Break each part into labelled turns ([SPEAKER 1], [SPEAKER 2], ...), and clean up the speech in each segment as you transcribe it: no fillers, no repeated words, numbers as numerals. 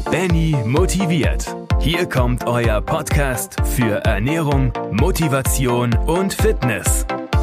[SPEAKER 1] Benny motiviert. Hier kommt euer Podcast für Ernährung, Motivation und Fitness.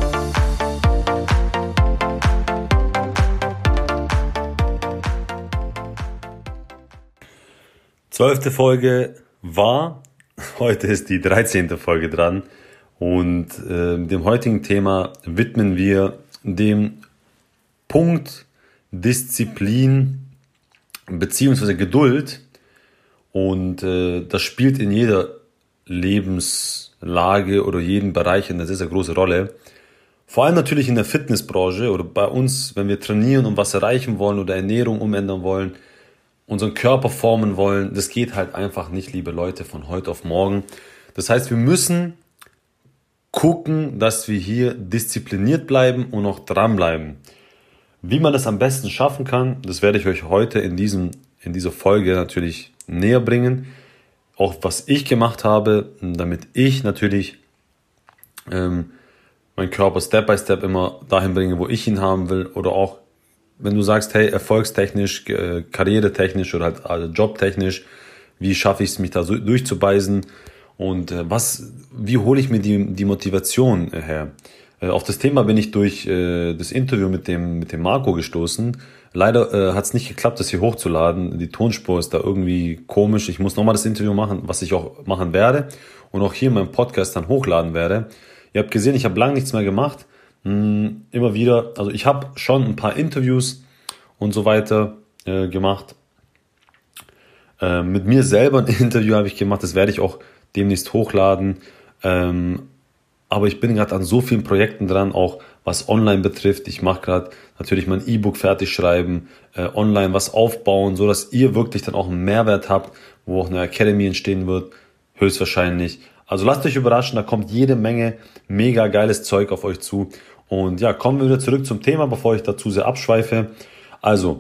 [SPEAKER 2] Zwölfte Folge war, heute ist die 13. Folge dran und dem heutigen Thema widmen wir dem Punkt Disziplin bzw. Geduld. Und das spielt in jeder Lebenslage oder jedem Bereich eine sehr, sehr große Rolle. Vor allem natürlich in der Fitnessbranche oder bei uns, wenn wir trainieren und was erreichen wollen oder Ernährung umändern wollen, unseren Körper formen wollen. Das geht halt einfach nicht, liebe Leute, von heute auf morgen. Das heißt, wir müssen gucken, dass wir hier diszipliniert bleiben und auch dranbleiben. Wie man das am besten schaffen kann, das werde ich euch heute in dieser Folge natürlich näher bringen, auch was ich gemacht habe, damit ich natürlich meinen Körper Step by Step immer dahin bringe, wo ich ihn haben will, oder auch, wenn du sagst, hey, erfolgstechnisch, karrieretechnisch oder halt also jobtechnisch, wie schaffe ich es, mich da so durchzubeißen und wie hole ich mir die Motivation her? Auf das Thema bin ich durch das Interview mit dem Marco gestoßen. Leider hat es nicht geklappt, das hier hochzuladen. Die Tonspur ist da irgendwie komisch. Ich muss nochmal das Interview machen, was ich auch machen werde und auch hier in meinem Podcast dann hochladen werde. Ihr habt gesehen, ich habe lange nichts mehr gemacht. Immer wieder, also ich habe schon ein paar Interviews und so weiter gemacht. Mit mir selber ein Interview habe ich gemacht, das werde ich auch demnächst hochladen. Aber ich bin gerade an so vielen Projekten dran, auch was online betrifft. Ich mache gerade natürlich mein E-Book fertig schreiben, online was aufbauen, so dass ihr wirklich dann auch einen Mehrwert habt, wo auch eine Academy entstehen wird, höchstwahrscheinlich. Also lasst euch überraschen, da kommt jede Menge mega geiles Zeug auf euch zu. Und ja, kommen wir wieder zurück zum Thema, bevor ich dazu sehr abschweife. Also,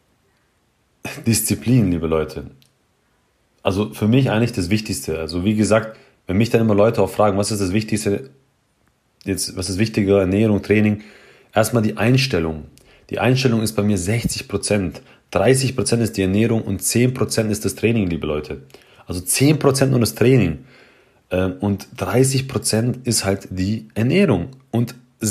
[SPEAKER 2] Disziplin, liebe Leute. Also für mich eigentlich das Wichtigste. Also wie gesagt, wenn mich dann immer Leute auch fragen, was ist das Wichtigste, was ist wichtiger, Ernährung, Training? Erstmal die Einstellung. Die Einstellung ist bei mir 60%. 30% ist die Ernährung und 10% ist das Training, liebe Leute. Also 10% nur das Training. Und 30% ist halt die Ernährung. Und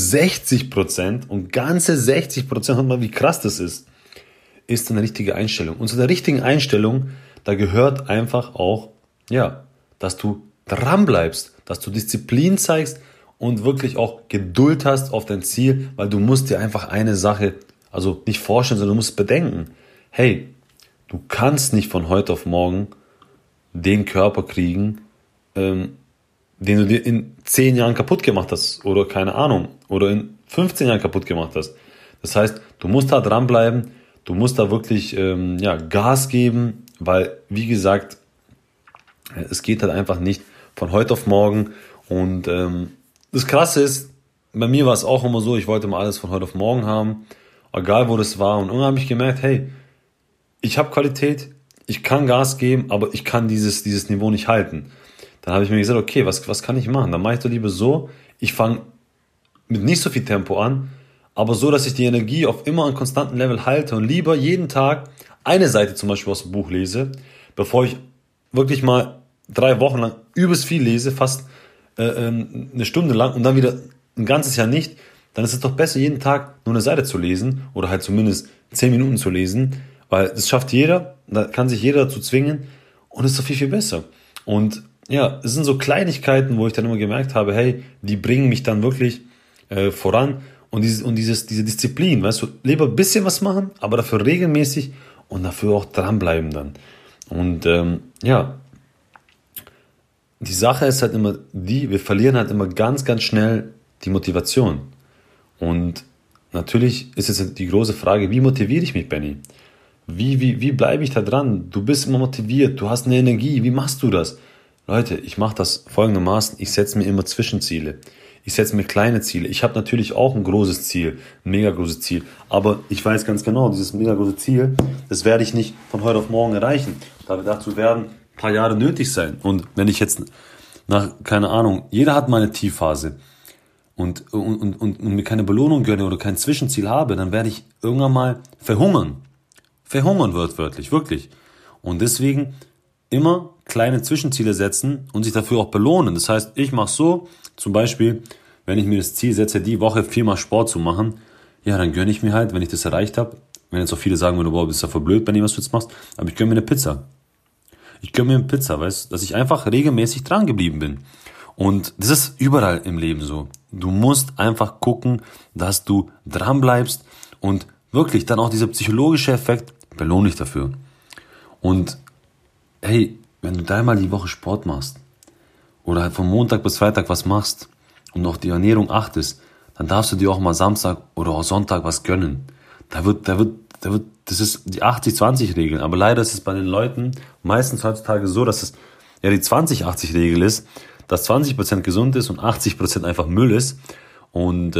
[SPEAKER 2] 60% und ganze 60%, hört mal, wie krass das ist eine richtige Einstellung. Und zu der richtigen Einstellung, da gehört einfach auch, ja, dass du dran bleibst, dass du Disziplin zeigst und wirklich auch Geduld hast auf dein Ziel, weil du musst dir einfach eine Sache, also nicht vorstellen, sondern du musst bedenken, hey, du kannst nicht von heute auf morgen den Körper kriegen, den du dir in 10 Jahren kaputt gemacht hast oder keine Ahnung, oder in 15 Jahren kaputt gemacht hast. Das heißt, du musst da dranbleiben, du musst da wirklich Gas geben, weil, wie gesagt, es geht halt einfach nicht von heute auf morgen. Und das Krasse ist, bei mir war es auch immer so, ich wollte mal alles von heute auf morgen haben, egal wo das war. Und irgendwann habe ich gemerkt, hey, ich habe Qualität, ich kann Gas geben, aber ich kann dieses Niveau nicht halten. Dann habe ich mir gesagt, okay, was kann ich machen? Dann mache ich doch lieber so, ich fange mit nicht so viel Tempo an, aber so, dass ich die Energie auf immer einen konstanten Level halte und lieber jeden Tag eine Seite zum Beispiel aus dem Buch lese, bevor ich wirklich mal 3 Wochen lang übelst viel lese, fast eine Stunde lang und dann wieder ein ganzes Jahr nicht, dann ist es doch besser, jeden Tag nur eine Seite zu lesen oder halt zumindest 10 Minuten zu lesen, weil das schafft jeder, da kann sich jeder dazu zwingen und es ist doch viel, viel besser. Und ja, es sind so Kleinigkeiten, wo ich dann immer gemerkt habe, hey, die bringen mich dann wirklich voran und diese Disziplin, weißt du, lieber ein bisschen was machen, aber dafür regelmäßig und dafür auch dranbleiben dann. Und die Sache ist halt immer wir verlieren halt immer ganz, ganz schnell die Motivation. Und natürlich ist jetzt die große Frage, wie motiviere ich mich, Benny? Wie bleibe ich da dran? Du bist immer motiviert, du hast eine Energie, wie machst du das? Leute, ich mache das folgendermaßen, ich setze mir immer Zwischenziele. Ich setze mir kleine Ziele. Ich habe natürlich auch ein großes Ziel, ein mega großes Ziel. Aber ich weiß ganz genau, dieses mega große Ziel, das werde ich nicht von heute auf morgen erreichen. Dazu werden ein paar Jahre nötig sein. Und wenn ich jetzt keine Ahnung, jeder hat mal eine Tiefphase und mir keine Belohnung gönne oder kein Zwischenziel habe, dann werde ich irgendwann mal verhungern. Verhungern wird wörtlich, wirklich. Und deswegen immer kleine Zwischenziele setzen und sich dafür auch belohnen. Das heißt, ich mache so, zum Beispiel, wenn ich mir das Ziel setze, die Woche 4-mal Sport zu machen, ja, dann gönne ich mir halt, wenn ich das erreicht habe, wenn jetzt auch viele sagen würden, boah, bist du ja voll blöd bei dem, was du jetzt machst, aber ich gönne mir eine Pizza. Ich gönne mir eine Pizza, weißt du, dass ich einfach regelmäßig dran geblieben bin. Und das ist überall im Leben so. Du musst einfach gucken, dass du dran bleibst und wirklich dann auch dieser psychologische Effekt, belohne dich dafür. Und hey, wenn du dreimal die Woche Sport machst oder halt von Montag bis Freitag was machst und auf die Ernährung achtest, dann darfst du dir auch mal Samstag oder auch Sonntag was gönnen. Das ist die 80-20-Regel. Aber leider ist es bei den Leuten meistens heutzutage so, dass es ja die 20-80-Regel ist, dass 20% gesund ist und 80% einfach Müll ist. Und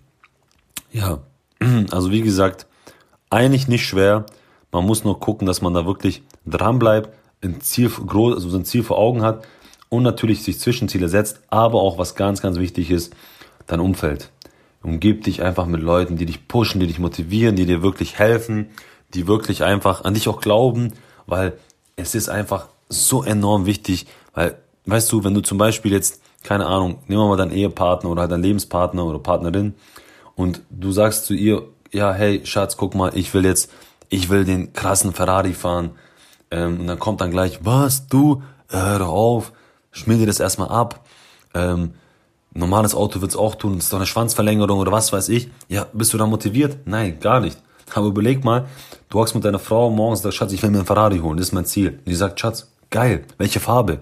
[SPEAKER 2] ja, also wie gesagt, eigentlich nicht schwer. Man muss nur gucken, dass man da wirklich dran bleibt, ein Ziel vor Augen hat und natürlich sich Zwischenziele setzt. Aber auch, was ganz, ganz wichtig ist, dein Umfeld. Umgib dich einfach mit Leuten, die dich pushen, die dich motivieren, die dir wirklich helfen, die wirklich einfach an dich auch glauben, weil es ist einfach so enorm wichtig, weil, weißt du, wenn du zum Beispiel jetzt, keine Ahnung, nehmen wir mal deinen Ehepartner oder halt deinen Lebenspartner oder Partnerin und du sagst zu ihr, ja, hey, Schatz, guck mal, ich will den krassen Ferrari fahren, und dann kommt dann gleich, was, du, hör doch auf, schmier dir das erstmal ab, normales Auto wird's auch tun, das ist doch eine Schwanzverlängerung oder was weiß ich. Ja, bist du da motiviert? Nein, gar nicht. Aber überleg mal, du hockst mit deiner Frau morgens und sagst, Schatz, ich will mir einen Ferrari holen, das ist mein Ziel. Und die sagt, Schatz, geil, welche Farbe?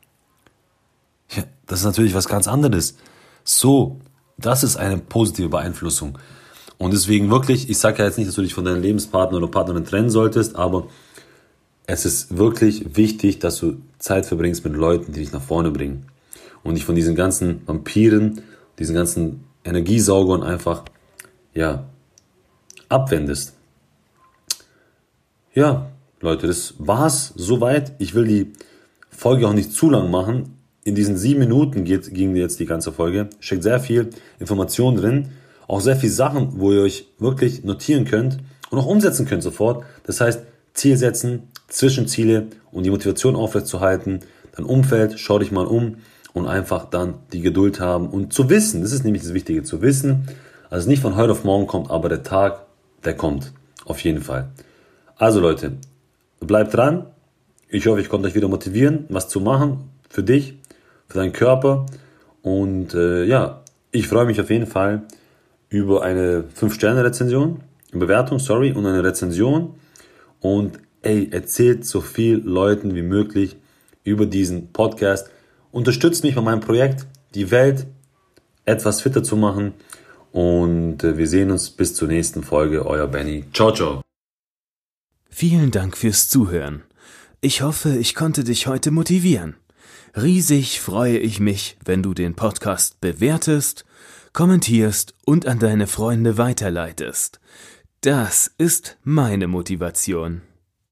[SPEAKER 2] Ja, das ist natürlich was ganz anderes. So, das ist eine positive Beeinflussung. Und deswegen wirklich, ich sage ja jetzt nicht, dass du dich von deinem Lebenspartner oder Partnerin trennen solltest, aber es ist wirklich wichtig, dass du Zeit verbringst mit Leuten, die dich nach vorne bringen. Und dich von diesen ganzen Vampiren, diesen ganzen Energiesaugern einfach, ja, abwendest. Ja, Leute, das war's soweit. Ich will die Folge auch nicht zu lang machen. In diesen 7 Minuten ging jetzt die ganze Folge. Steckt sehr viel Information drin. Auch sehr viele Sachen, wo ihr euch wirklich notieren könnt und auch umsetzen könnt sofort. Das heißt, Ziel setzen, Zwischenziele und die Motivation aufrechtzuerhalten. Dein Umfeld, schau dich mal um. Und einfach dann die Geduld haben und zu wissen, das ist nämlich das Wichtige, zu wissen, also nicht von heute auf morgen kommt, aber der Tag, der kommt, auf jeden Fall. Also Leute, bleibt dran, ich hoffe, ich konnte euch wieder motivieren, was zu machen, für dich, für deinen Körper und ja, ich freue mich auf jeden Fall über eine 5-Sterne-Rezension, Bewertung, und eine Rezension und erzählt so viel Leuten wie möglich über diesen Podcast. Unterstützt mich bei meinem Projekt, die Welt etwas fitter zu machen. Und wir sehen uns bis zur nächsten Folge. Euer Benny. Ciao, ciao.
[SPEAKER 1] Vielen Dank fürs Zuhören. Ich hoffe, ich konnte dich heute motivieren. Riesig freue ich mich, wenn du den Podcast bewertest, kommentierst und an deine Freunde weiterleitest. Das ist meine Motivation.